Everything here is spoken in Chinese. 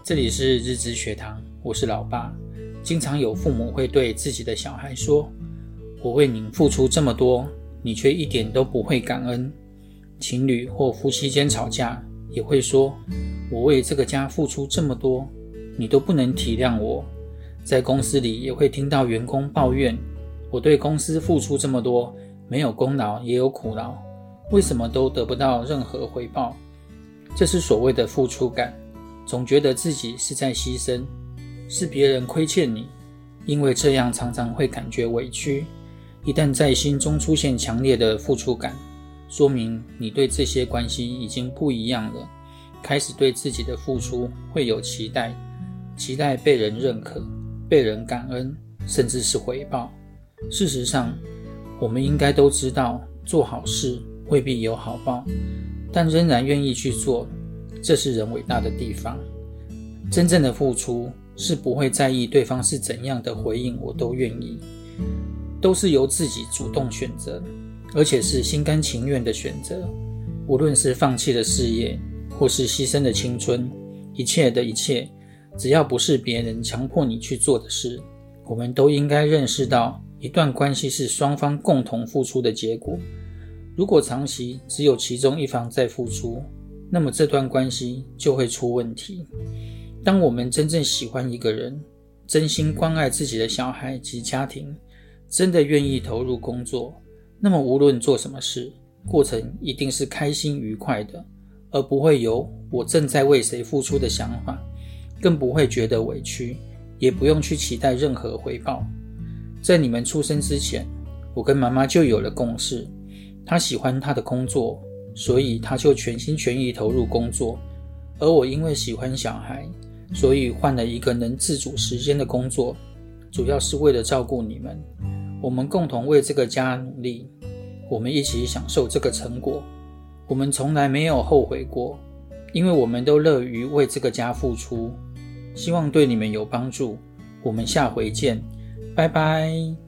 这里是日知学堂，我是老爸。经常有父母会对自己的小孩说，我为你付出这么多，你却一点都不会感恩。情侣或夫妻间吵架也会说，我为这个家付出这么多，你都不能体谅我。在公司里也会听到员工抱怨，我对公司付出这么多，没有功劳也有苦劳，为什么都得不到任何回报？这是所谓的付出感，总觉得自己是在牺牲，是别人亏欠你，因为这样常常会感觉委屈。一旦在心中出现强烈的付出感，说明你对这些关系已经不一样了，开始对自己的付出会有期待，期待被人认可，被人感恩，甚至是回报。事实上，我们应该都知道，做好事未必有好报，但仍然愿意去做，这是人伟大的地方。真正的付出是不会在意对方是怎样的回应，我都愿意，都是由自己主动选择，而且是心甘情愿的选择。无论是放弃了事业，或是牺牲了青春，一切的一切，只要不是别人强迫你去做的事，我们都应该认识到，一段关系是双方共同付出的结果。如果长期只有其中一方在付出，那么这段关系就会出问题。当我们真正喜欢一个人，真心关爱自己的小孩及家庭，真的愿意投入工作，那么无论做什么事，过程一定是开心愉快的，而不会有我正在为谁付出的想法，更不会觉得委屈，也不用去期待任何回报。在你们出生之前，我跟妈妈就有了共识，她喜欢她的工作，所以她就全心全意投入工作，而我因为喜欢小孩，所以换了一个能自主时间的工作，主要是为了照顾你们。我们共同为这个家努力，我们一起享受这个成果，我们从来没有后悔过，因为我们都乐于为这个家付出。希望对你们有帮助，我们下回见，拜拜。